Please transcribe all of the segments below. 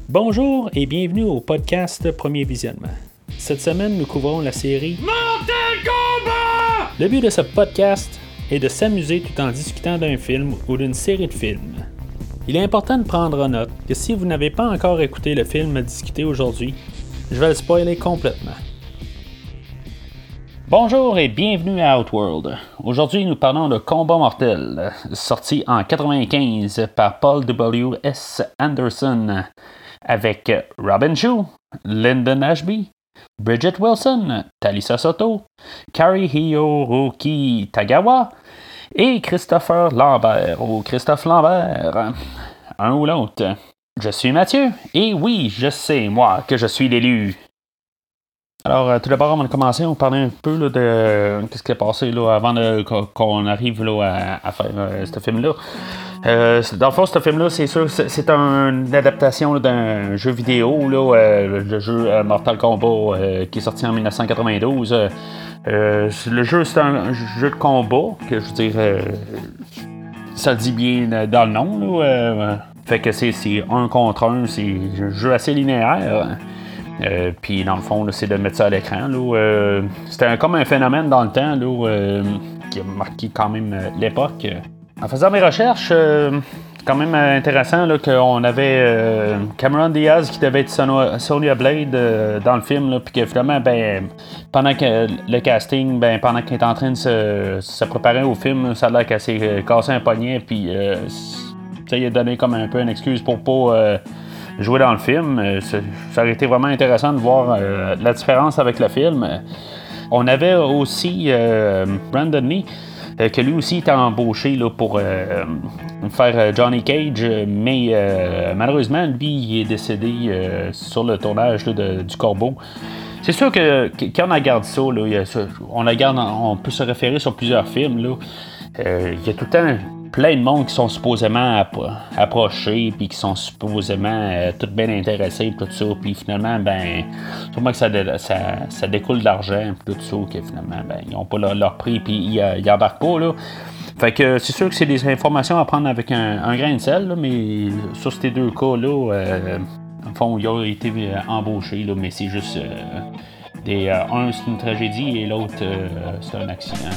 Bonjour et bienvenue au podcast Premier Visionnement. Cette semaine, nous couvrons la série Mortal Kombat! Le but de ce podcast est de s'amuser tout en discutant d'un film ou d'une série de films. Il est important de prendre note que si vous n'avez pas encore écouté le film à discuter aujourd'hui, je vais le spoiler complètement. Bonjour et bienvenue à Outworld. Aujourd'hui, nous parlons de Combat Mortel, sorti en 1995 par Paul W. S. Anderson, avec Robin Shou, Lyndon Ashby, Bridget Wilson, Talisa Soto, Kari Hiroki Tagawa et Christopher Lambert, ou Christophe Lambert, un ou l'autre. Je suis Mathieu, et oui, je sais, moi, que je suis l'élu. Alors, tout d'abord, on va commencer, on va parler un peu là, de ce qui est passé là, avant qu'on arrive là, à faire ce film-là. Dans le fond, ce film-là, c'est sûr, c'est une adaptation là, d'un jeu vidéo, là, le jeu Mortal Kombat, qui est sorti en 1992. Le jeu, c'est un jeu de combat, que je veux dire, ça le dit bien dans le nom. Là, fait que c'est un contre un, c'est un jeu assez linéaire. Puis dans le fond, là, c'est de mettre ça à l'écran. Là, c'était comme un phénomène dans le temps là, qui a marqué quand même l'époque. En faisant mes recherches, c'est quand même intéressant là, qu'on avait Cameron Diaz qui devait être Sonya Blade dans le film, puis que finalement, pendant que le casting, pendant qu'il est en train de se préparer au film, ça a l'air qu'elle s'est cassé un poignet, puis ça lui a donné comme un peu une excuse pour pas jouer dans le film. Ça aurait été vraiment intéressant de voir la différence avec le film. On avait aussi Brandon Lee, que lui aussi était embauché là, pour faire Johnny Cage, mais malheureusement, lui, il est décédé sur le tournage là, du Corbeau. C'est sûr que quand on regarde ça, là, on peut se référer sur plusieurs films. Là. Il y a tout le temps plein de monde qui sont supposément approchés, puis qui sont supposément tout bien intéressés, tout ça, puis finalement, sûrement que ça découle de l'argent, puis tout ça, que finalement, ils n'ont pas leur prix, puis ils embarquent pas, là. Fait que c'est sûr que c'est des informations à prendre avec un grain de sel, là, mais sur ces deux cas-là, en fond, ils ont été embauchés, là, mais c'est juste un, c'est une tragédie, et l'autre, c'est un accident.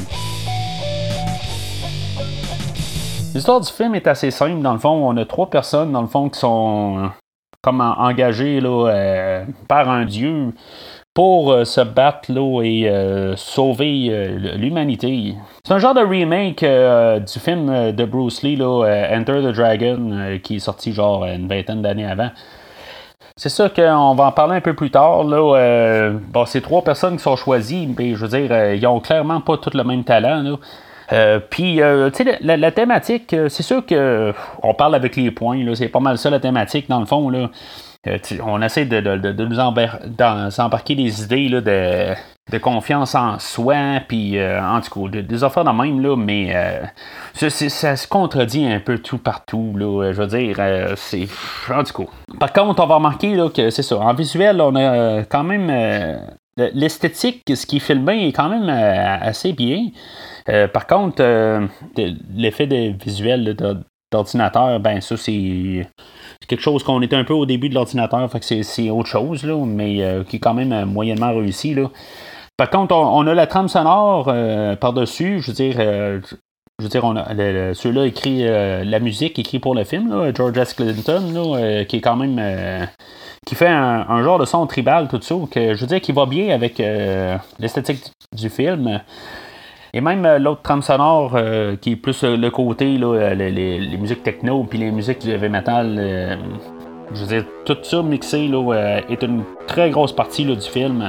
L'histoire du film est assez simple, dans le fond. On a 3 personnes, dans le fond, qui sont comme engagées là, par un dieu pour se battre là, et sauver l'humanité. C'est un genre de remake du film de Bruce Lee, là, Enter the Dragon, qui est sorti genre une vingtaine d'années avant. C'est ça qu'on va en parler un peu plus tard. Là, c'est 3 personnes qui sont choisies, mais je veux dire, ils ont clairement pas tous le même talent. Là. Puis, tu sais, la thématique, c'est sûr que on parle avec les points, là, c'est pas mal ça la thématique, dans le fond, là. On essaie de nous s'embarquer des idées là, de confiance en soi, puis en tout cas, des affaires de même, là, mais ça se contredit un peu tout partout, là, je veux dire, c'est... En tout cas. Par contre, on va remarquer là, que c'est ça, en visuel, on a quand même... l'esthétique, ce qui est filmé est quand même assez bien. Par contre, l'effet visuel d'ordinateur, ça c'est quelque chose qu'on était un peu au début de l'ordinateur, fait que c'est autre chose, là, mais qui est quand même moyennement réussi. Là. Par contre, on a la trame sonore par-dessus, je veux dire, on a ceux-là écrit la musique écrite pour le film, là, George S. Clinton, là, qui est quand même qui fait un genre de son tribal, tout ça, que je veux dire qui va bien avec l'esthétique du film. Et même l'autre trame sonore qui est plus le côté, là, les musiques techno puis les musiques du heavy metal, je veux dire, tout ça mixé là, est une très grosse partie là, du film.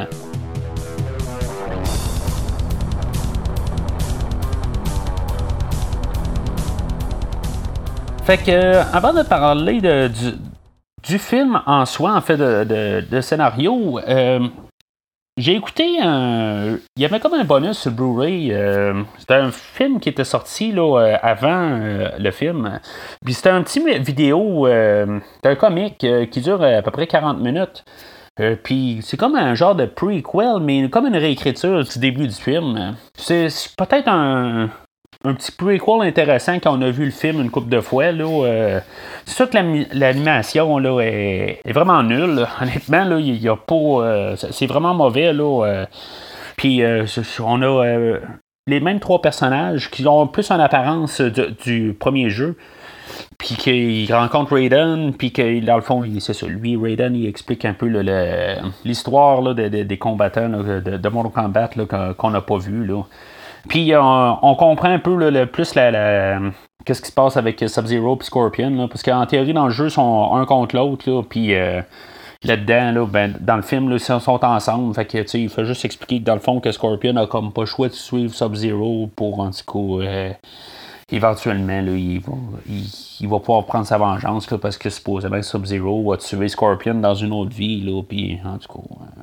Fait que, avant de parler du film en soi, en fait, de scénario, j'ai écouté il y avait comme un bonus sur Blu-ray. C'était un film qui était sorti là, avant le film. Puis c'était un petit vidéo, c'était un comique qui dure à peu près 40 minutes. Puis c'est comme un genre de prequel, mais comme une réécriture du début du film. C'est peut-être un petit prequel intéressant quand on a vu le film une couple de fois. Là, c'est sûr que l'animation là, est vraiment nulle. Là. Honnêtement, là, il y a pas. C'est vraiment mauvais. Là, puis on a les mêmes 3 personnages qui ont plus une apparence du premier jeu. Puis qu'il rencontre Raiden, puis que dans le fond, c'est ça, lui, Raiden, il explique un peu l'histoire là, des combattants là, de Mortal Kombat là, qu'on n'a pas vu. Là. Puis on comprend un peu là, plus qu'est-ce qui se passe avec Sub-Zero et Scorpion, là, parce qu'en théorie, dans le jeu, ils sont un contre l'autre, là, puis là-dedans, là, ben, dans le film, là, ils sont ensemble. Fait que, il faut juste expliquer que dans le fond, que Scorpion a comme pas le choix de suivre Sub-Zero pour, en tout cas, éventuellement, là, il va pouvoir prendre sa vengeance là, parce que supposément Sub-Zero va tuer Scorpion dans une autre vie. Là, puis, en tout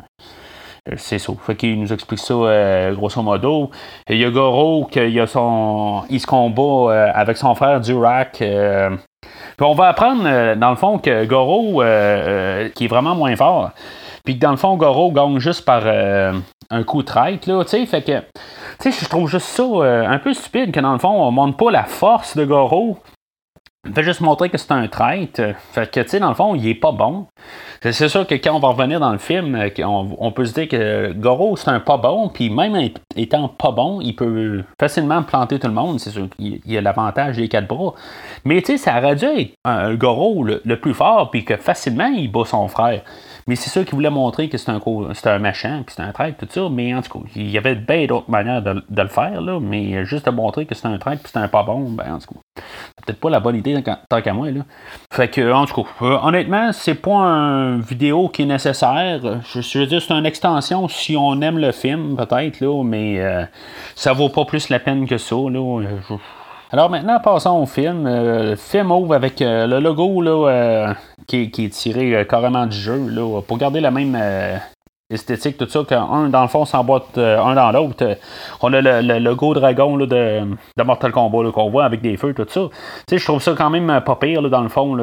cas, c'est ça. Fait qu'il nous explique ça grosso modo. Il y a Goro qui il se combat avec son frère Durak. Puis on va apprendre, dans le fond, que Goro, qui est vraiment moins fort, puis que dans le fond, Goro gagne juste par un coup de traite, là, tu sais, fait que, tu sais, je trouve juste ça un peu stupide que dans le fond, on montre pas la force de Goro. On fait juste montrer que c'est un traître. Fait que, tu sais, dans le fond, il est pas bon. C'est sûr que quand on va revenir dans le film, on peut se dire que Goro, c'est un pas bon, puis même étant pas bon, il peut facilement planter tout le monde. C'est sûr qu'il a l'avantage des 4 bras. Mais, tu sais, ça aurait dû être un Goro le plus fort, puis que facilement, il bat son frère. Mais c'est sûr qu'il voulait montrer que c'est un machin, puis c'est un traître, tout ça. Mais en tout cas, il y avait bien d'autres manières de le faire, là. Mais juste de montrer que c'est un traître, puis c'est un pas bon, ben en tout cas, c'est peut-être pas la bonne idée tant qu'à moi, là. Fait que, en tout cas, honnêtement, c'est pas une vidéo qui est nécessaire. Je veux dire, c'est une extension si on aime le film, peut-être, là. Mais ça vaut pas plus la peine que ça, là. Alors maintenant, passons au film. Le film ouvre avec le logo là, qui est tiré carrément du jeu là, pour garder la même esthétique, tout ça, qu'un dans le fond s'emboîte un dans l'autre. On a le logo dragon là, de Mortal Kombat là, qu'on voit avec des feux, tout ça. Je trouve ça quand même pas pire là, dans le fond. Là,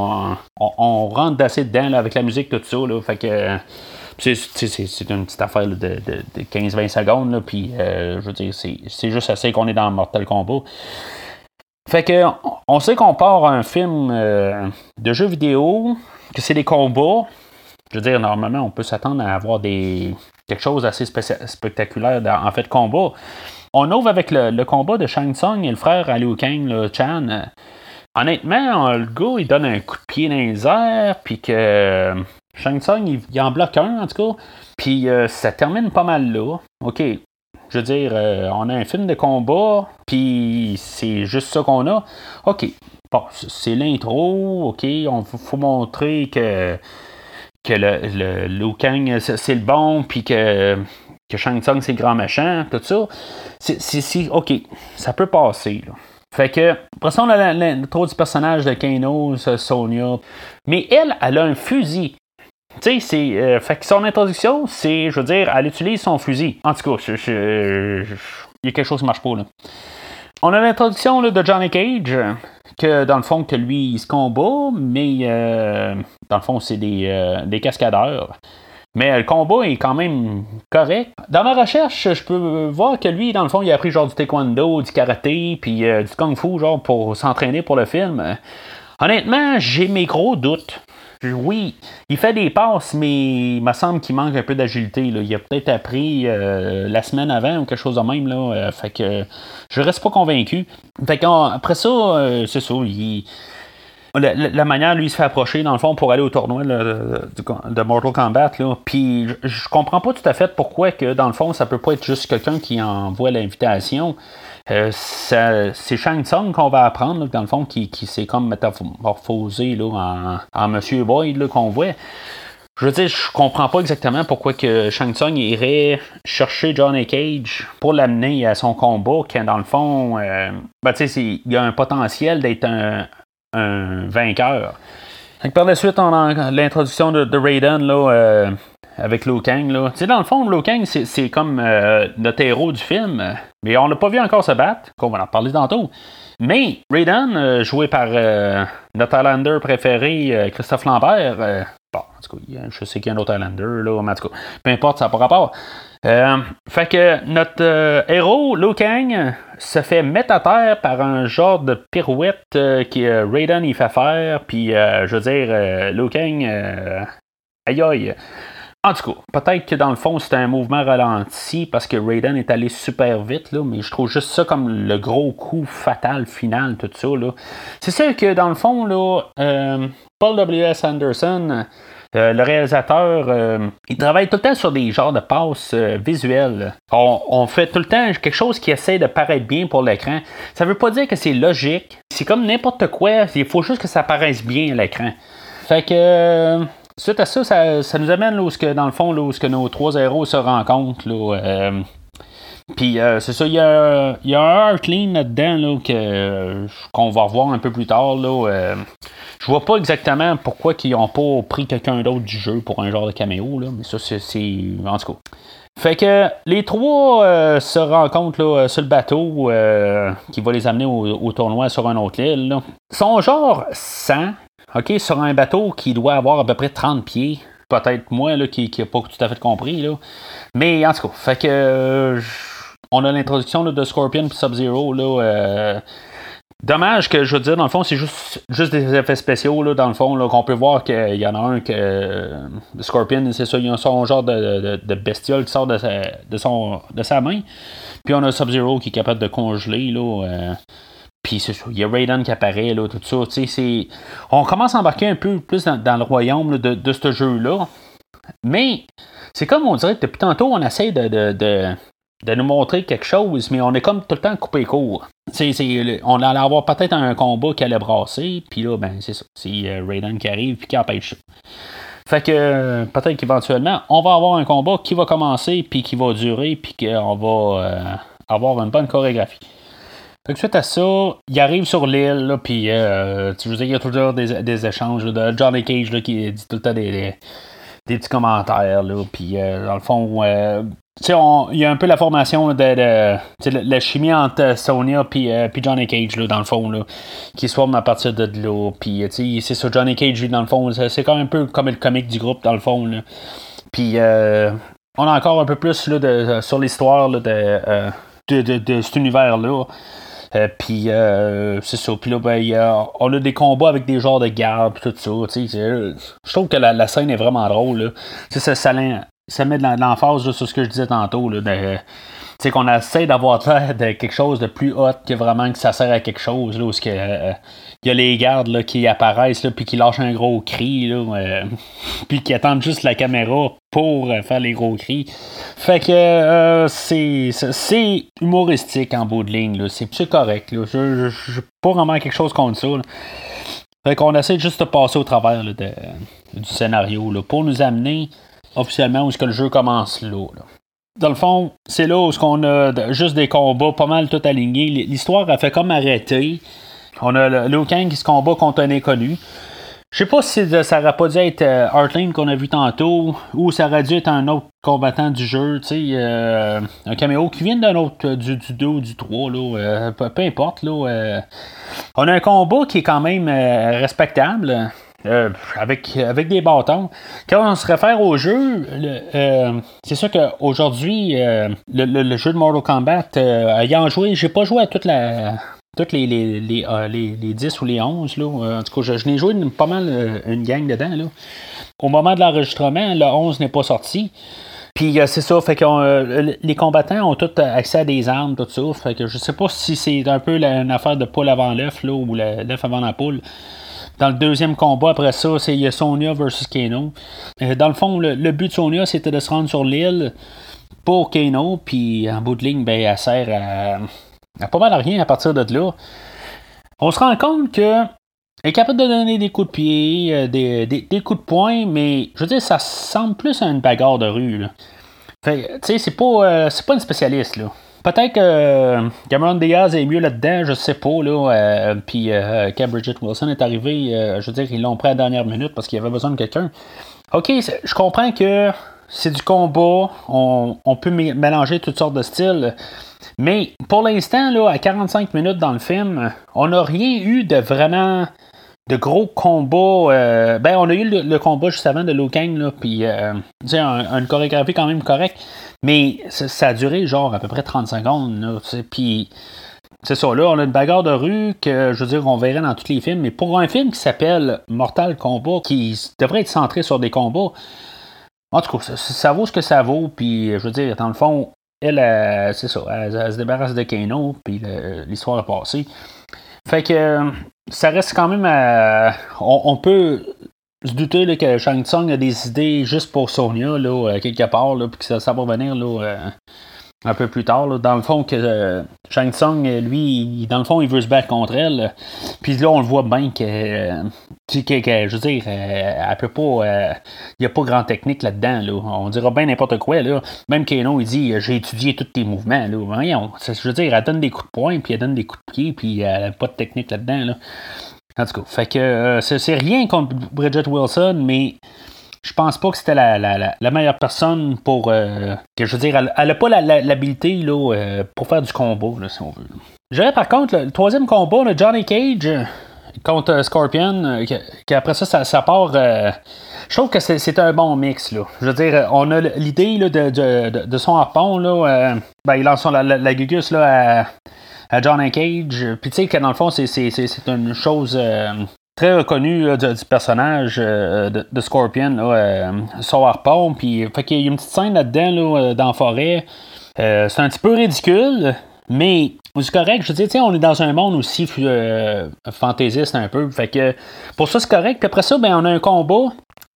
on rentre d'assez dedans là, avec la musique, tout ça. Là, fait que c'est une petite affaire là, de 15-20 secondes, là, puis je veux dire, c'est juste assez qu'on est dans Mortal Kombat. Fait que on sait qu'on part un film de jeu vidéo, que c'est des combats. Je veux dire, normalement, on peut s'attendre à avoir quelque chose d'assez spectaculaire en fait de combat. On ouvre avec le combat de Shang Tsung et le frère à Liu Kang, là, Chan. Honnêtement, le gars, il donne un coup de pied dans les airs, puis que Shang Tsung, il en bloque un, en tout cas. Puis ça termine pas mal là. OK, je veux dire, on a un film de combat, puis c'est juste ça qu'on a. OK, bon, c'est l'intro, OK, faut montrer que le Liu Kang, c'est le bon, puis que Shang Tsung, c'est le grand méchant, tout ça. C'est OK, ça peut passer, là. Fait que, après ça, on a l'intro du personnage de Kano, Sonya. Mais elle a un fusil. Tu sais, fait que son introduction, c'est, je veux dire, elle utilise son fusil. En tout cas, il y a quelque chose qui marche pas, là. On a l'introduction là, de Johnny Cage, que dans le fond, que lui, il se combat, mais dans le fond, c'est des cascadeurs. Mais le combat est quand même correct. Dans ma recherche, je peux voir que lui, dans le fond, il a appris genre du taekwondo, du karaté, puis du kung-fu, genre, pour s'entraîner pour le film. Honnêtement, j'ai mes gros doutes. Oui, il fait des passes, mais il me semble qu'il manque un peu d'agilité. Là. Il a peut-être appris la semaine avant ou quelque chose de même. Là, fait que je reste pas convaincu. Fait qu'après ça, c'est ça. La manière, lui, il se fait approcher, dans le fond, pour aller au tournoi là, de Mortal Kombat. Là. Puis je comprends pas tout à fait pourquoi que, dans le fond, ça peut pas être juste quelqu'un qui envoie l'invitation. C'est Shang Tsung qu'on va apprendre, là, dans le fond, qui s'est comme métamorphosé là, en Monsieur Boyd là, qu'on voit. Je veux dire, je comprends pas exactement pourquoi que Shang Tsung irait chercher Johnny Cage pour l'amener à son combat, quand dans le fond, tu sais, il y a un potentiel d'être un vainqueur. Donc, par la suite, on a l'introduction de Raiden là, avec Liu Kang. Là. Tu sais, dans le fond, Liu Kang, c'est comme notre héros du film, mais on l'a pas vu encore se battre, qu'on va en parler tantôt. Mais Raiden, joué par notre Highlander préféré, Christophe Lambert, Bon, en tout cas, je sais qu'il y a un autre Highlander, là, mais en tout cas, peu importe, ça n'a pas rapport. Fait que notre héros, Liu Kang, se fait mettre à terre par un genre de pirouette que Raiden il fait faire, puis je veux dire, Liu Kang, aïe aïe. En tout cas, peut-être que dans le fond, c'était un mouvement ralenti parce que Raiden est allé super vite, là, mais je trouve juste ça comme le gros coup fatal final, tout ça. Là. C'est sûr que dans le fond, là, Paul W.S. Anderson, le réalisateur, il travaille tout le temps sur des genres de passes visuelles. On fait tout le temps quelque chose qui essaie de paraître bien pour l'écran. Ça veut pas dire que c'est logique. C'est comme n'importe quoi. Il faut juste que ça paraisse bien à l'écran. Fait que... suite à ça, ça nous amène là, où, dans le fond, là, où nos trois héros se rencontrent. Puis c'est ça, il y a un Heartline là-dedans là, qu'on va revoir un peu plus tard. Je vois pas exactement pourquoi ils n'ont pas pris quelqu'un d'autre du jeu pour un genre de caméo, là, mais ça, c'est en tout cas. Fait que les trois se rencontrent là, sur le bateau qui va les amener au tournoi sur un autre île. Là. Ils sont genre 100. OK, sur un bateau qui doit avoir à peu près 30 pieds. Peut-être moi là, qui n'a pas tout à fait compris. Là. Mais en tout cas, fait que on a l'introduction là, de Scorpion et Sub-Zero. Dommage que je veux dire, dans le fond, c'est juste des effets spéciaux, là, dans le fond, là, qu'on peut voir qu'il y en a un que Scorpion, c'est ça, il y a son genre de bestiole qui sort de sa main. Puis on a Sub-Zero qui est capable de congeler, là. Puis c'est ça, il y a Raiden qui apparaît, là, tout ça. On commence à embarquer un peu plus dans le royaume là, de ce jeu-là. Mais c'est comme on dirait que depuis tantôt, on essaie de nous montrer quelque chose, mais on est comme tout le temps coupé court. On allait avoir peut-être un combat qui allait brasser, puis là, ben c'est ça. C'est Raiden qui arrive puis qui empêche ça. Fait que peut-être qu'éventuellement, on va avoir un combat qui va commencer, puis qui va durer, puis qu'on va avoir une bonne chorégraphie. Fait que suite à ça, il arrive sur l'île, puis tu veux dire, il y a toujours des échanges là, de Johnny Cage là, qui dit tout le temps des petits commentaires, là, puis dans le fond, il y a un peu la formation de la chimie entre Sonya puis Johnny Cage, là, dans le fond, là, qui se forme à partir de là, puis c'est ça, Johnny Cage, lui, dans le fond, c'est quand même un peu comme le comique du groupe, dans le fond, là. Puis on a encore un peu plus là, sur l'histoire là, de cet univers-là. Puis c'est ça. Puis là, ben, on a des combats avec des genres de gardes pis tout ça. Je trouve que la scène est vraiment drôle. Là. Ça met de l'emphase là, sur ce que je disais tantôt. Là, qu'on essaie d'avoir l'air de quelque chose de plus hot que vraiment que ça sert à quelque chose. Là, où il y a les gardes là, qui apparaissent puis qui lâchent un gros cri. Là, puis qui attendent juste la caméra pour faire les gros cris. Fait que c'est humoristique en bout de ligne. Là. C'est correct. Là. Je pas vraiment quelque chose contre ça. Là. Fait qu'on essaie juste de passer au travers là, du scénario là, pour nous amener officiellement où est-ce que le jeu commence là. Dans le fond, c'est là où on a juste des combats pas mal tout alignés. L'histoire a fait comme arrêter. On a Liu Kang qui se combat contre un inconnu. Je sais pas si ça aurait pas dû être Heartline qu'on a vu tantôt ou ça aurait dû être un autre combattant du jeu, un caméo qui vient d'un autre du 2 ou du 3, là, peu importe. Là, on a un combat qui est quand même respectable. Avec des bâtons. Quand on se réfère au jeu, c'est sûr qu'aujourd'hui, le jeu de Mortal Kombat, ayant joué, j'ai pas joué à toutes les 10 ou les 11. Là. En tout cas, je n'ai joué pas mal une gang dedans. Là. Au moment de l'enregistrement, le 11 n'est pas sorti. Puis c'est ça, fait que les combattants ont tous accès à des armes, tout ça. Fait que je sais pas si c'est un peu une affaire de poule avant l'œuf là, ou l'œuf avant la poule. Dans le deuxième combat, après ça, c'est Sonya versus Kano. Dans le fond, le but de Sonya, c'était de se rendre sur l'île pour Kano, puis en bout de ligne, ben, elle sert à pas mal à rien à partir de là. On se rend compte que elle est capable de donner des coups de pied, des coups de poing, mais je veux dire, ça semble plus à une bagarre de rue. Là. Fait, tu sais, c'est pas une spécialiste, là. Peut-être que Cameron Diaz est mieux là-dedans, je sais pas, là. Puis quand Bridget Wilson est arrivée, je veux dire, ils l'ont pris à la dernière minute parce qu'il y avait besoin de quelqu'un. Ok, je comprends que c'est du combat, on peut mélanger toutes sortes de styles. Mais pour l'instant, là, à 45 minutes dans le film, on n'a rien eu de vraiment de gros combats. Ben, on a eu le combat juste avant de Liu Kang, là, puis une chorégraphie quand même correcte, mais ça a duré genre à peu près 30 secondes, là, puis c'est ça, là, on a une bagarre de rue que, je veux dire, on verrait dans tous les films, mais pour un film qui s'appelle Mortal Kombat, qui devrait être centré sur des combats, en tout cas, ça vaut ce que ça vaut, puis je veux dire, dans le fond, elle c'est ça, elle se débarrasse de Kano, puis l'histoire est passée. Fait que ça reste quand même on peut se douter là, que Shang Tsung a des idées juste pour Sonya, là, quelque part, là, puis que ça va venir là, un peu plus tard. Là, dans le fond, que Shang Tsung, lui, dans le fond, il veut se battre contre elle. Puis là, on le voit bien que je veux dire, elle peut pas. Il n'y a pas grand technique là-dedans. Là. On dira bien n'importe quoi. Là. Même Kano, il dit j'ai étudié tous tes mouvements. Là. Voyons, je veux dire, elle donne des coups de poing, puis elle donne des coups de pied, puis elle n'a pas de technique là-dedans. Là. En tout cas, fait que c'est rien contre Bridget Wilson, mais je pense pas que c'était la meilleure personne pour. Que je veux dire, elle n'a pas l'habilité là, pour faire du combat, là, si on veut. Je dirais par contre, le troisième combat, là, Johnny Cage contre Scorpion, qu'après ça part. Je trouve que c'est un bon mix. Là. Je veux dire, on a l'idée là, de son harpon. Là, ben, il lance la gugus là, à Johnny Cage. Puis tu sais que dans le fond, c'est une chose. Très reconnu du personnage de Scorpion, là, son harpon. Puis, fait qu'il y a une petite scène là-dedans, là, dans la forêt. C'est un petit peu ridicule, mais c'est correct. Je veux dire, on est dans un monde aussi fantaisiste un peu. Fait que pour ça, c'est correct. Puis après ça, ben, on a un combat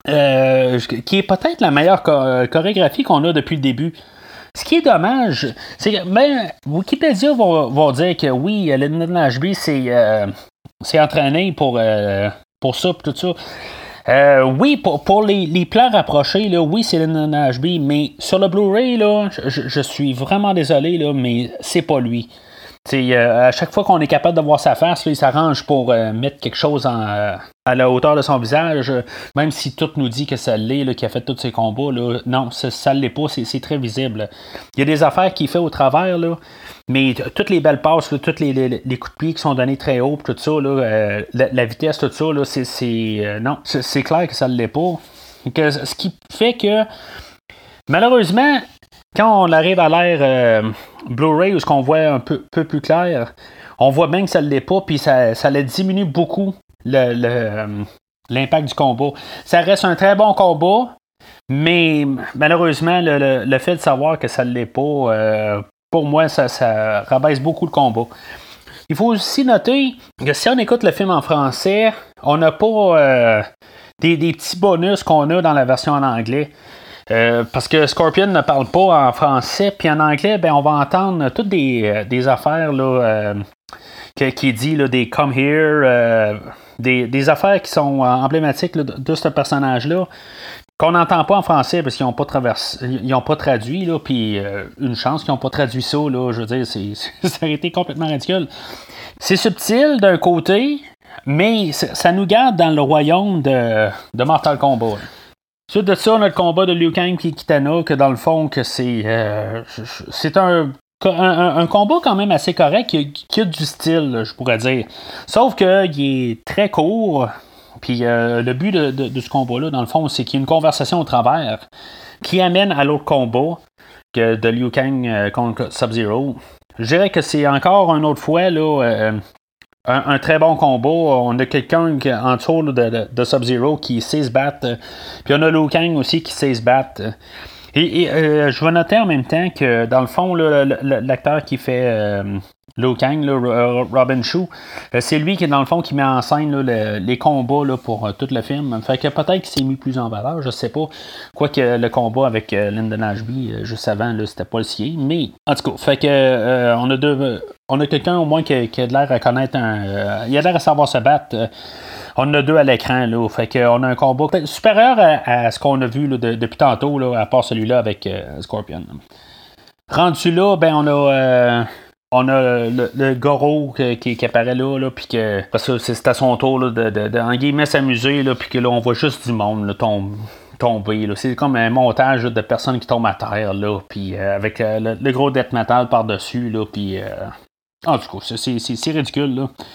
qui est peut-être la meilleure chorégraphie qu'on a depuis le début. Ce qui est dommage, c'est que Wikipédia va dire que oui, Lyndon Nashby, c'est entraîné pour ça et tout ça. Oui, pour les plans rapprochés, là, oui, c'est Lyndon Nashby, mais sur le Blu-ray, là, je suis vraiment désolé, là, mais c'est pas lui. À chaque fois qu'on est capable de voir sa face, là, il s'arrange pour mettre quelque chose à la hauteur de son visage, même si tout nous dit que ça l'est, là, qu'il a fait tous ses combats. Là, non, ça ne l'est pas, c'est très visible. Il y a des affaires qu'il fait au travers, là, mais toutes les belles passes, là, tous les coups de pied qui sont donnés très haut, tout ça, là, la vitesse, tout ça, là, non, c'est clair que ça ne l'est pas. Ce qui fait que, malheureusement, quand on arrive à l'ère Blu-ray où ce qu'on voit un peu plus clair, on voit bien que ça ne l'est pas, puis ça diminue beaucoup l'impact du combat. Ça reste un très bon combat, mais malheureusement, le fait de savoir que ça ne l'est pas, pour moi, ça rabaisse beaucoup le combat. Il faut aussi noter que si on écoute le film en français, on n'a pas des petits bonus qu'on a dans la version en anglais. Parce que Scorpion ne parle pas en français, puis en anglais, ben, on va entendre toutes des affaires là, qui dit là, des come here, des affaires qui sont emblématiques là, de ce personnage-là, qu'on n'entend pas en français parce qu'ils n'ont pas traduit, là, puis une chance qu'ils n'ont pas traduit ça, là, je veux dire, ça aurait été complètement ridicule. C'est subtil d'un côté, mais ça nous garde dans le royaume de Mortal Kombat. Là. Suite de ça, on a le combat de Liu Kang et Kitana, que dans le fond, que c'est un combat quand même assez correct, qui a du style, je pourrais dire. Sauf qu'il est très court, puis le but de ce combat-là, dans le fond, c'est qu'il y a une conversation au travers qui amène à l'autre combat que de Liu Kang contre Sub-Zero. Je dirais que c'est encore une autre fois, là... Un très bon combat. On a quelqu'un en dessous de Sub-Zero qui sait se battre. Puis on a Liu Kang aussi qui sait se battre. Et je vais noter en même temps que, dans le fond, là, l'acteur qui fait Liu Kang, là, Robin Shou, c'est lui qui, dans le fond, qui met en scène là, les combats là, pour tout le film. Fait que peut-être qu'il s'est mis plus en valeur, je sais pas. Quoique le combat avec Lyndon Nashby, juste avant, là, c'était pas le sien. Mais, en tout cas, fait que on a quelqu'un au moins qui a de l'air à connaître il a l'air à savoir se battre. On en a deux à l'écran, là. Fait qu'on a un combat peut-être supérieur à ce qu'on a vu là, depuis tantôt, là, à part celui-là avec Scorpion. Rendu là, ben on a le Goro qui apparaît là, puis que parce que c'est à son tour là, de en guillemets s'amuser, là, puis que là on voit juste du monde là, tomber. Là. C'est comme un montage là, de personnes qui tombent à terre, là, puis avec le gros death metal par-dessus, là, puis en tout cas, c'est ridicule, là.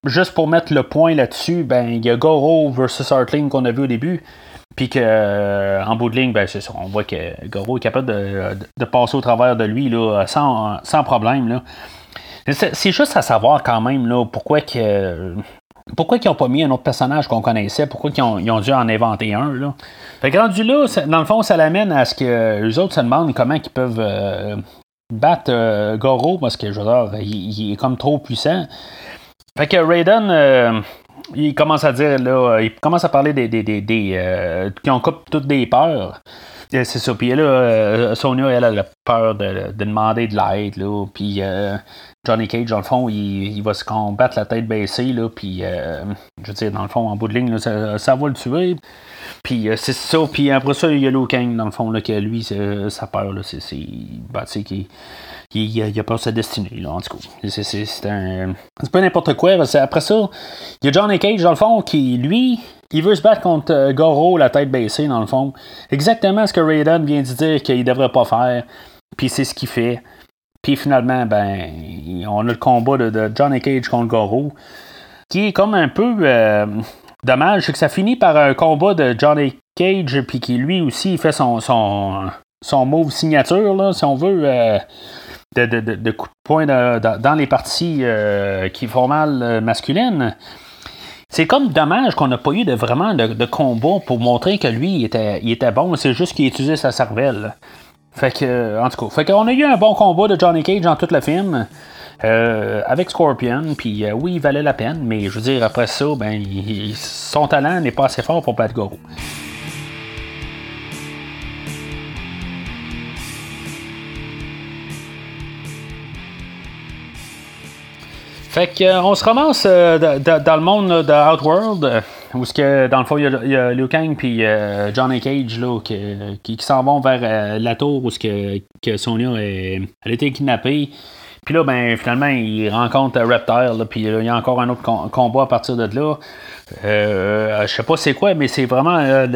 juste pour mettre le point là-dessus, ben il y a Goro versus Hartling qu'on a vu au début. Puis qu'en bout de ligne, ben c'est ça, on voit que Goro est capable de passer au travers de lui là, sans problème. Là. C'est juste à savoir quand même là, pourquoi ils n'ont pas mis un autre personnage qu'on connaissait, pourquoi ils ont dû en inventer un. Là. Fait que rendu là, dans le fond, ça l'amène à ce que les autres se demandent comment ils peuvent battre Goro, parce que je veux dire, il est comme trop puissant. Fait que Raiden, il commence à dire, là, il commence à parler des qui ont coupe toutes des peurs. C'est ça. Puis là, Sonya, elle a peur de demander de l'aide. Là. Puis Johnny Cage, dans le fond, il va se combattre la tête baissée. Là. Puis, je veux dire, dans le fond, en bout de ligne, là, ça va le tuer. Puis c'est ça. Puis après ça, il y a Liu Kang, dans le fond, là, que lui, sa peur, là, c'est ben, tu sais, il a peur de sa destinée, là, en tout cas. C'est pas n'importe quoi. Après ça, il y a Johnny Cage, dans le fond, qui, lui, il veut se battre contre Goro, la tête baissée, dans le fond. Exactement ce que Raiden vient de dire qu'il devrait pas faire. Puis c'est ce qu'il fait. Puis finalement, ben, on a le combat de Johnny Cage contre Goro, qui est comme un peu dommage. C'est que ça finit par un combat de Johnny Cage, puis qui lui aussi, il fait son move signature, là, si on veut. De coups de poing dans les parties qui font mal masculines. C'est comme dommage qu'on n'a pas eu vraiment de combat pour montrer que lui, il était bon. C'est juste qu'il utilisait sa cervelle. Fait que, en tout cas, fait qu'on a eu un bon combat de Johnny Cage dans tout le film. Avec Scorpion, puis oui, il valait la peine, mais je veux dire, après ça, ben, son talent n'est pas assez fort pour battre Goro. Fait qu'on se ramasse dans le monde là, de Outworld, où dans le fond, il y a Liu Kang puis Johnny Cage là, qui s'en vont vers la tour où que Sonya elle a été kidnappée. Puis là, ben, finalement, il rencontre Reptile, puis il y a encore un autre combat à partir de là. Je sais pas c'est quoi, mais c'est vraiment...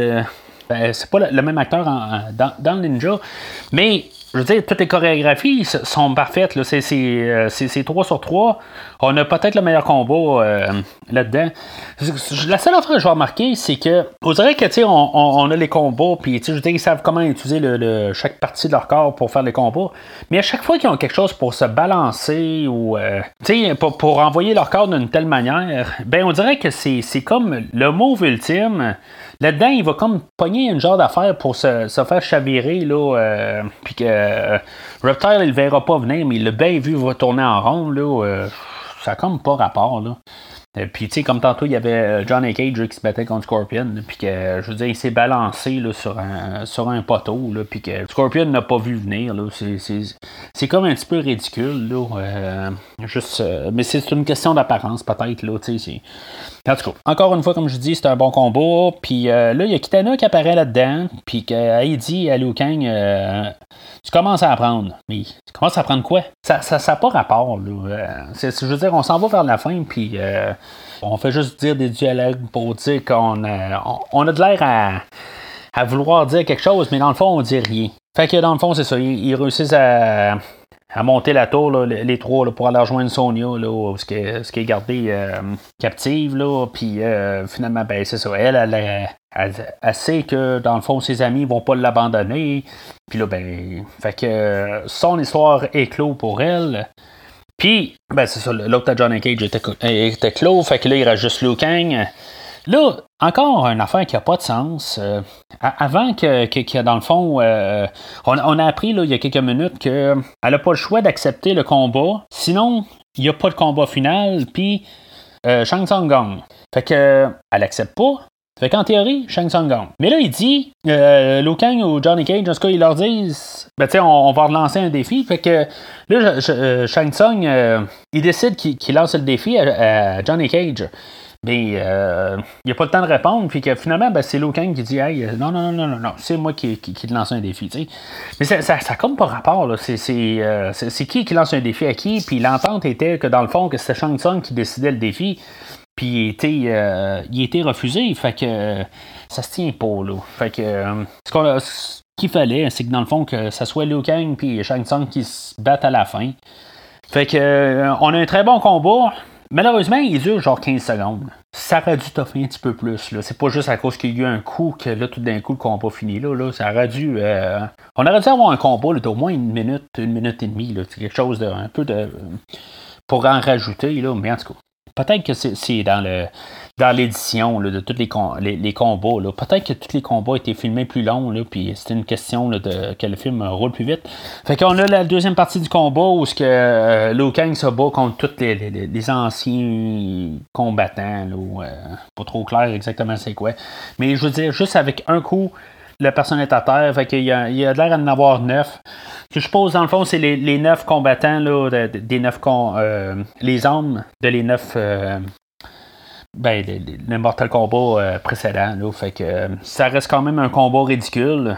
c'est pas le même acteur dans le Ninja, mais... Je veux dire, toutes les chorégraphies sont parfaites. Là. C'est 3 sur 3. On a peut-être le meilleur combat là-dedans. La seule affaire que je vais remarquer, c'est que on dirait que on a les combats, puis je veux dire, ils savent comment utiliser chaque partie de leur corps pour faire les combats. Mais à chaque fois qu'ils ont quelque chose pour se balancer ou pour envoyer leur corps d'une telle manière, ben on dirait que c'est comme le move ultime. Là-dedans, il va comme pogner une genre d'affaire pour se faire chavirer, là, puis que Reptile, il le verra pas venir, mais il l'a bien vu, va tourner en rond, là, ça a comme pas rapport, là. Puis, tu sais, comme tantôt, il y avait Johnny Cage qui se battait contre Scorpion, puis que, je veux dire, il s'est balancé là, sur un poteau, là, puis que Scorpion n'a pas vu venir, là. C'est comme un petit peu ridicule, là. Mais c'est une question d'apparence, peut-être, là, tu sais. En tout cas, encore une fois, comme je dis, c'est un bon combat. Puis là, il y a Kitana qui apparaît là-dedans. Puis qu'elle dit à Liu Kang, tu commences à apprendre. Mais tu commences à apprendre quoi? Ça n'a pas rapport. Là. Je veux dire, on s'en va vers la fin. Puis on fait juste dire des dialogues pour dire qu'on a de l'air à vouloir dire quelque chose, mais dans le fond, on dit rien. Fait que dans le fond, c'est ça. Ils réussissent à monter la tour, là, les trois, là, pour aller rejoindre Sonya, là, ce qui est gardé captive, là, puis finalement, ben, c'est ça, elle sait que, dans le fond, ses amis vont pas l'abandonner, puis là, ben, fait que son histoire est clos pour elle, puis, ben, c'est ça, l'autre à Johnny Cage était clos, fait que là, il reste juste Liu Kang. Là, encore une affaire qui n'a pas de sens. Avant que dans le fond, on a appris là, il y a quelques minutes qu'elle n'a pas le choix d'accepter le combat. Sinon, il n'y a pas de combat final, puis Shang Tsung gagne. Fait que elle accepte pas. Fait qu'en théorie, Shang Tsung gagne. Mais là, il dit, Liu Kang ou Johnny Cage, en tout cas, ils leur disent, ben tu sais, on va relancer un défi. Fait que là, Shang Tsung, il décide qu'il lance le défi à Johnny Cage. Mais il n'y a pas le temps de répondre, puis que finalement, ben, c'est Liu Kang qui dit hey, non, c'est moi qui te lance un défi. T'sais. Mais ça comme pas rapport. Là. C'est qui lance un défi à qui, puis l'entente était que dans le fond, que c'était Shang Tsung qui décidait le défi, puis il était refusé. Fait que ça se tient pas. Là. Fait que ce qu'il fallait, c'est que dans le fond, que ça soit Liu Kang puis Shang Tsung qui se battent à la fin. Fait que on a un très bon combat. Malheureusement, il dure genre 15 secondes. Ça aurait dû toffer un petit peu plus. Là. C'est pas juste à cause qu'il y a eu un coup que là, tout d'un coup, le combat finit là. Ça aurait dû. On aurait dû avoir un combat là, d'au moins une minute et demie. Là. C'est quelque chose de un peu de. Pour en rajouter, là, mais en tout cas. Peut-être que c'est dans l'édition là, de tous les combats. Là. Peut-être que tous les combats étaient filmés plus longs, là, puis c'était une question là, que le film roule plus vite. Fait qu'on a la deuxième partie du combat où Liu Kang se bat contre tous les anciens combattants. Là, pas trop clair exactement c'est quoi. Mais je veux dire, juste avec un coup, la personne est à terre, fait qu'il y a l'air d'en avoir 9. Que je suppose, dans le fond, c'est les 9 combattants, là, des 9 les hommes de les 9 le Mortal Kombat précédent. Là, fait que ça reste quand même un combat ridicule.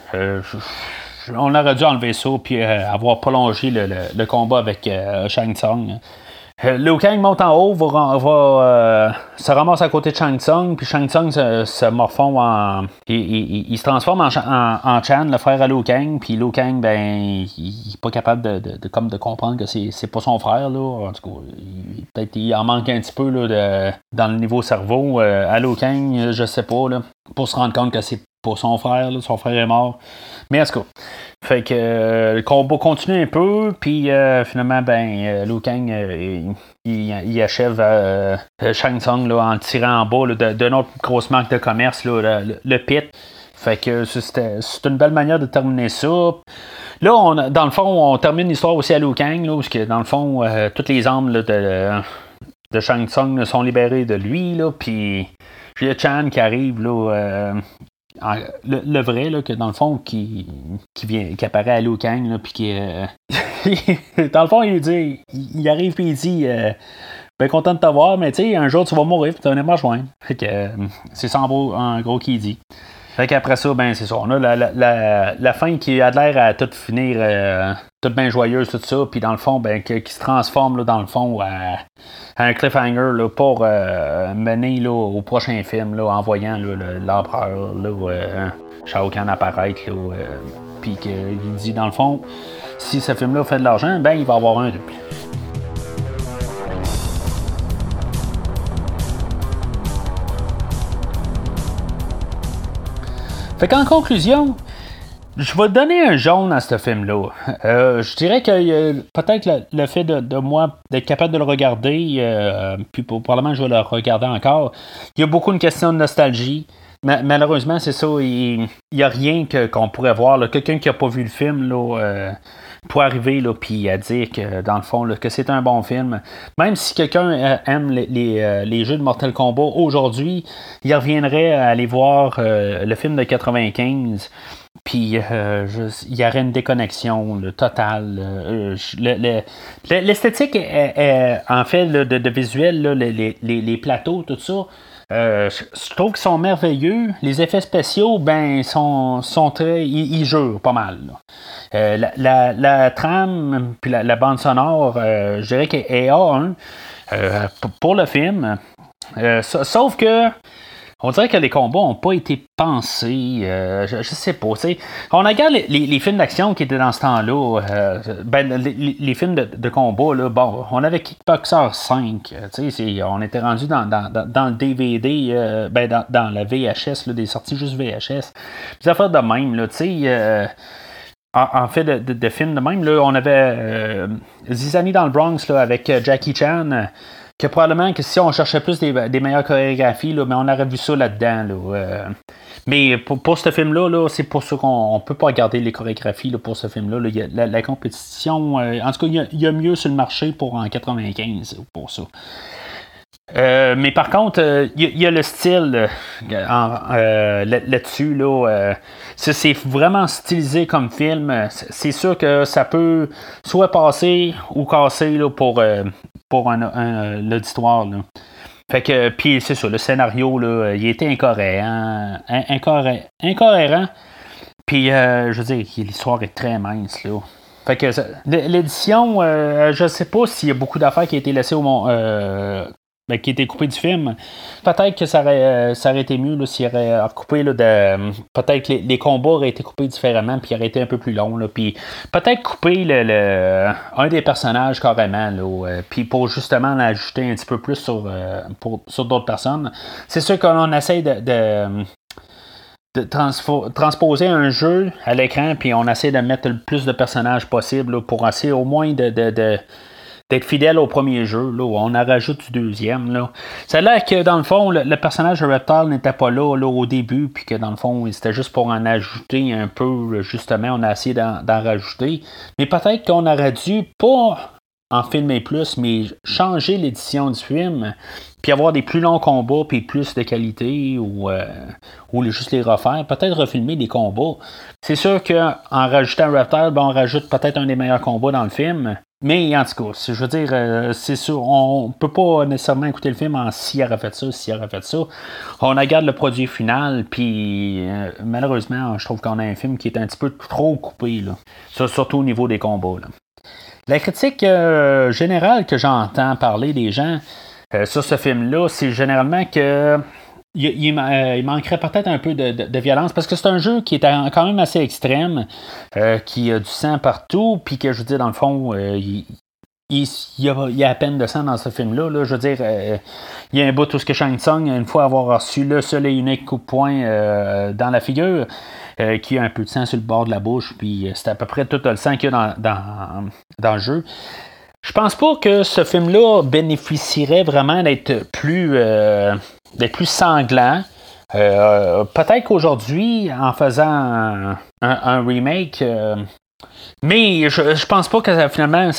On aurait dû enlever ça puis avoir prolongé le combat avec Shang Tsung. Liu Kang monte en haut, se ramasse à côté de Shang Tsung, puis Shang Tsung se morfond il se transforme en Chan, le frère à Liu Kang, puis Liu Kang, ben, il est pas capable de comprendre que c'est pas son frère, là. En tout cas, peut-être il en manque un petit peu là, dans le niveau cerveau. À Liu Kang, je sais pas, là, pour se rendre compte que c'est pas son frère, là, son frère est mort. Mais en tout cas, fait que le combat continue un peu, puis finalement, Liu Kang, il achève Shang Tsung là, en le tirant en bas là, d'une autre grosse marque de commerce, là, le pit. Fait que c'est une belle manière de terminer ça. Là, dans le fond, on termine l'histoire aussi à Liu Kang, là, parce que dans le fond, toutes les armes là, de Shang Tsung là, sont libérées de lui, là, puis il y a Chan qui arrive, là, le vrai, là, que dans le fond, qui apparaît à Liu Kang, là, puis qui dans le fond, il arrive puis il dit ben content de te voir, mais tu sais, un jour tu vas mourir, puis tu vas venir me rejoindre. Fait que c'est ça en gros qu'il dit. Fait qu'après ça, ben c'est ça. On a la fin qui a l'air à tout finir, toute bien joyeuse, tout ça, puis dans le fond, ben qui se transforme là, dans le fond à un cliffhanger là, pour mener là, au prochain film là, en voyant là, l'empereur là, Shao Kahn apparaître là, puis qu'il dit dans le fond, si ce film-là fait de l'argent, ben il va avoir un double. Fait qu'en conclusion, je vais donner un jaune à ce film-là. Je dirais que peut-être le fait de moi d'être capable de le regarder, puis probablement je vais le regarder encore, il y a beaucoup une question de nostalgie. Malheureusement, c'est ça, il n'y a rien qu'on pourrait voir. Là. Quelqu'un qui n'a pas vu le film là, pour arriver là, puis à dire que dans le fond là, que c'est un bon film. Même si quelqu'un aime les jeux de Mortal Kombat aujourd'hui, il reviendrait à aller voir le film de 95. Puis il y aurait une déconnexion totale. L'esthétique, en fait, là, de visuel, là, les plateaux, tout ça, je trouve qu'ils sont merveilleux. Les effets spéciaux, ben, sont très. Ils jurent pas mal. La trame, puis la bande sonore, je dirais qu'elle est A1 pour le film. Sauf que. On dirait que les combats n'ont pas été pensés. Je sais pas. T'sais. On regarde les films d'action qui étaient dans ce temps-là. Les films de combat, là, bon, on avait Kickboxer 5. On était rendu dans le DVD, dans la VHS, là, des sorties juste VHS. Des affaires de même. Là, en fait, de films de même, là, on avait Zizani dans le Bronx là, avec Jackie Chan. Que probablement que si on cherchait plus des meilleures chorégraphies, là, mais on aurait vu ça là-dedans. Là, mais pour ce film-là, c'est pour ça qu'on ne peut pas regarder les chorégraphies là, pour ce film-là. Là. Il y a la compétition, en tout cas, il y a mieux sur le marché en 95 pour ça. Mais par contre, il y a le style là-dessus. Là, c'est vraiment stylisé comme film. C'est sûr que ça peut soit passer ou casser là, pour l'auditoire. Là. Fait que, puis c'est ça, le scénario, là, il était incohérent. Puis, je veux dire, l'histoire est très mince, là. Fait que l'édition, je sais pas s'il y a beaucoup d'affaires qui ont été laissées qui était coupé du film. Peut-être que ça aurait été mieux là, s'il aurait coupé peut-être que les combats auraient été coupés différemment puis auraient été un peu plus longs. Là, puis peut-être couper un des personnages carrément. Là, puis pour justement l'ajouter un petit peu plus sur d'autres personnes. C'est sûr qu'on essaie de transposer un jeu à l'écran, puis on essaie de mettre le plus de personnages possible là, pour essayer au moins d'être fidèle au premier jeu, là, où on en rajoute du deuxième. Là. Ça a l'air que, dans le fond, le personnage de Reptile n'était pas là au début, puis que, dans le fond, c'était juste pour en ajouter un peu, justement, on a essayé d'en rajouter. Mais peut-être qu'on aurait dû, pas en filmer plus, mais changer l'édition du film, puis avoir des plus longs combats, puis plus de qualité, ou juste les refaire. Peut-être refilmer des combats. C'est sûr qu'en rajoutant Reptile, on rajoute peut-être un des meilleurs combats dans le film. Mais en tout cas, je veux dire, c'est sûr, on peut pas nécessairement écouter le film en s'il aurait fait ça, s'il aurait fait ça. On regarde le produit final, puis malheureusement, je trouve qu'on a un film qui est un petit peu trop coupé, là. Ça, surtout au niveau des combats. Là. La critique générale que j'entends parler des gens sur ce film-là, c'est généralement que il manquerait peut-être un peu de violence parce que c'est un jeu qui est quand même assez extrême, qui a du sang partout, puis que je veux dire, dans le fond, il y a à peine de sang dans ce film-là. Là. Je veux dire, il y a un bout où ce que Shang Tsung, une fois avoir reçu le seul et unique coup de poing dans la figure, qui a un peu de sang sur le bord de la bouche, puis c'est à peu près tout le sang qu'il y a dans le jeu. Je pense pas que ce film-là bénéficierait vraiment d'être plus sanglant. Peut-être qu'aujourd'hui, en faisant un remake, mais je pense pas que finalement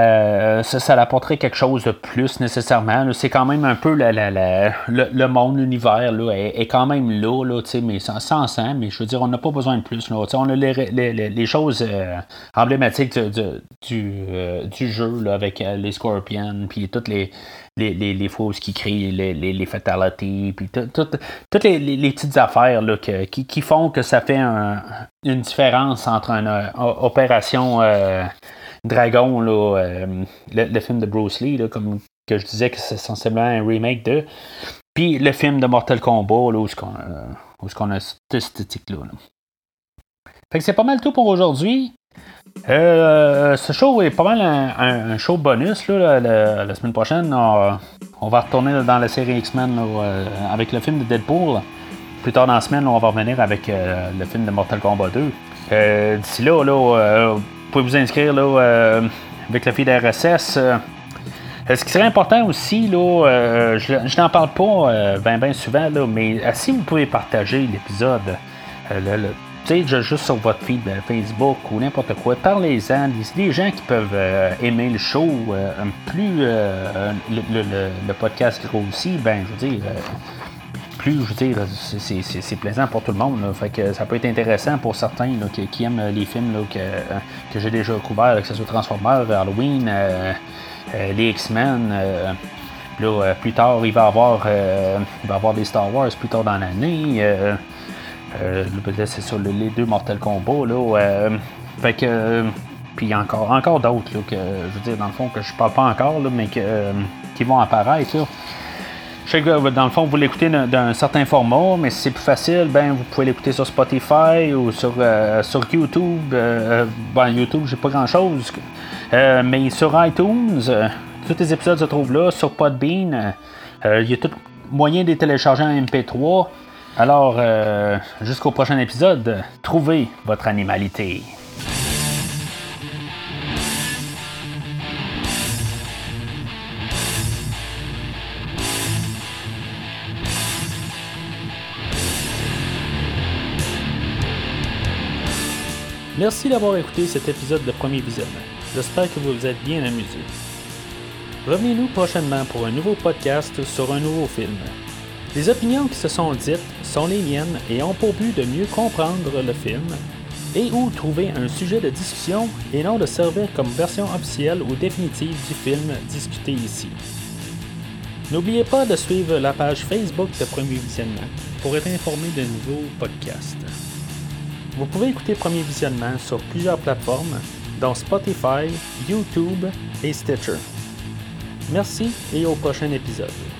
ça apporterait quelque chose de plus nécessairement. Là. C'est quand même un peu le monde, l'univers là, est quand même là mais sans sang, mais je veux dire, on n'a pas besoin de plus. Là. On a les choses emblématiques du jeu là, avec les Scorpions, puis toutes les fausses qui crient, les fatalities, puis toutes les petites affaires là, qui font que ça fait une différence entre une opération Dragon, là, le film de Bruce Lee, là, comme que je disais que c'est sensiblement un remake de, puis le film de Mortal Kombat, là, où est-ce qu'on a cette esthétique-là. Là. Fait que c'est pas mal tout pour aujourd'hui. Ce show est pas mal un show bonus là, la semaine prochaine. On va retourner dans la série X-Men là, avec le film de Deadpool. Plus tard dans la semaine, là, on va revenir avec le film de Mortal Kombat 2. D'ici là, vous pouvez vous inscrire là, avec le feed RSS. Ce qui serait important aussi, là, je n'en parle pas bien souvent, là, mais si vous pouvez partager l'épisode, juste sur votre feed Facebook ou n'importe quoi, parlez-en. Des gens qui peuvent aimer le show, plus le podcast grossit, je veux dire, plus, je veux dire, c'est plaisant pour tout le monde. Là. Fait que ça peut être intéressant pour certains là, qui aiment les films là, que j'ai déjà couverts, que ce soit Transformers, Halloween, les X-Men. Là, plus tard, il va y avoir des Star Wars plus tard dans l'année. C'est sur les deux Mortal Kombat. Là, fait que. Puis encore d'autres là, que je veux dire, dans le fond, que je parle pas encore, là, mais qui vont apparaître. Là. Je sais que dans le fond, vous l'écoutez d'un certain format, mais si c'est plus facile, vous pouvez l'écouter sur Spotify ou sur YouTube. YouTube, j'ai pas grand-chose. Mais sur iTunes, tous les épisodes se trouvent là. Sur Podbean, il y a tout moyen de les télécharger en MP3. Alors, jusqu'au prochain épisode, trouvez votre animalité. Merci d'avoir écouté cet épisode de Premier Visionnement. J'espère que vous vous êtes bien amusés. Revenez-nous prochainement pour un nouveau podcast sur un nouveau film. Les opinions qui se sont dites sont les miennes et ont pour but de mieux comprendre le film et ou trouver un sujet de discussion et non de servir comme version officielle ou définitive du film discuté ici. N'oubliez pas de suivre la page Facebook de Premier Visionnement pour être informé de nouveaux podcasts. Vous pouvez écouter Premier Visionnement sur plusieurs plateformes, dont Spotify, YouTube et Stitcher. Merci et au prochain épisode.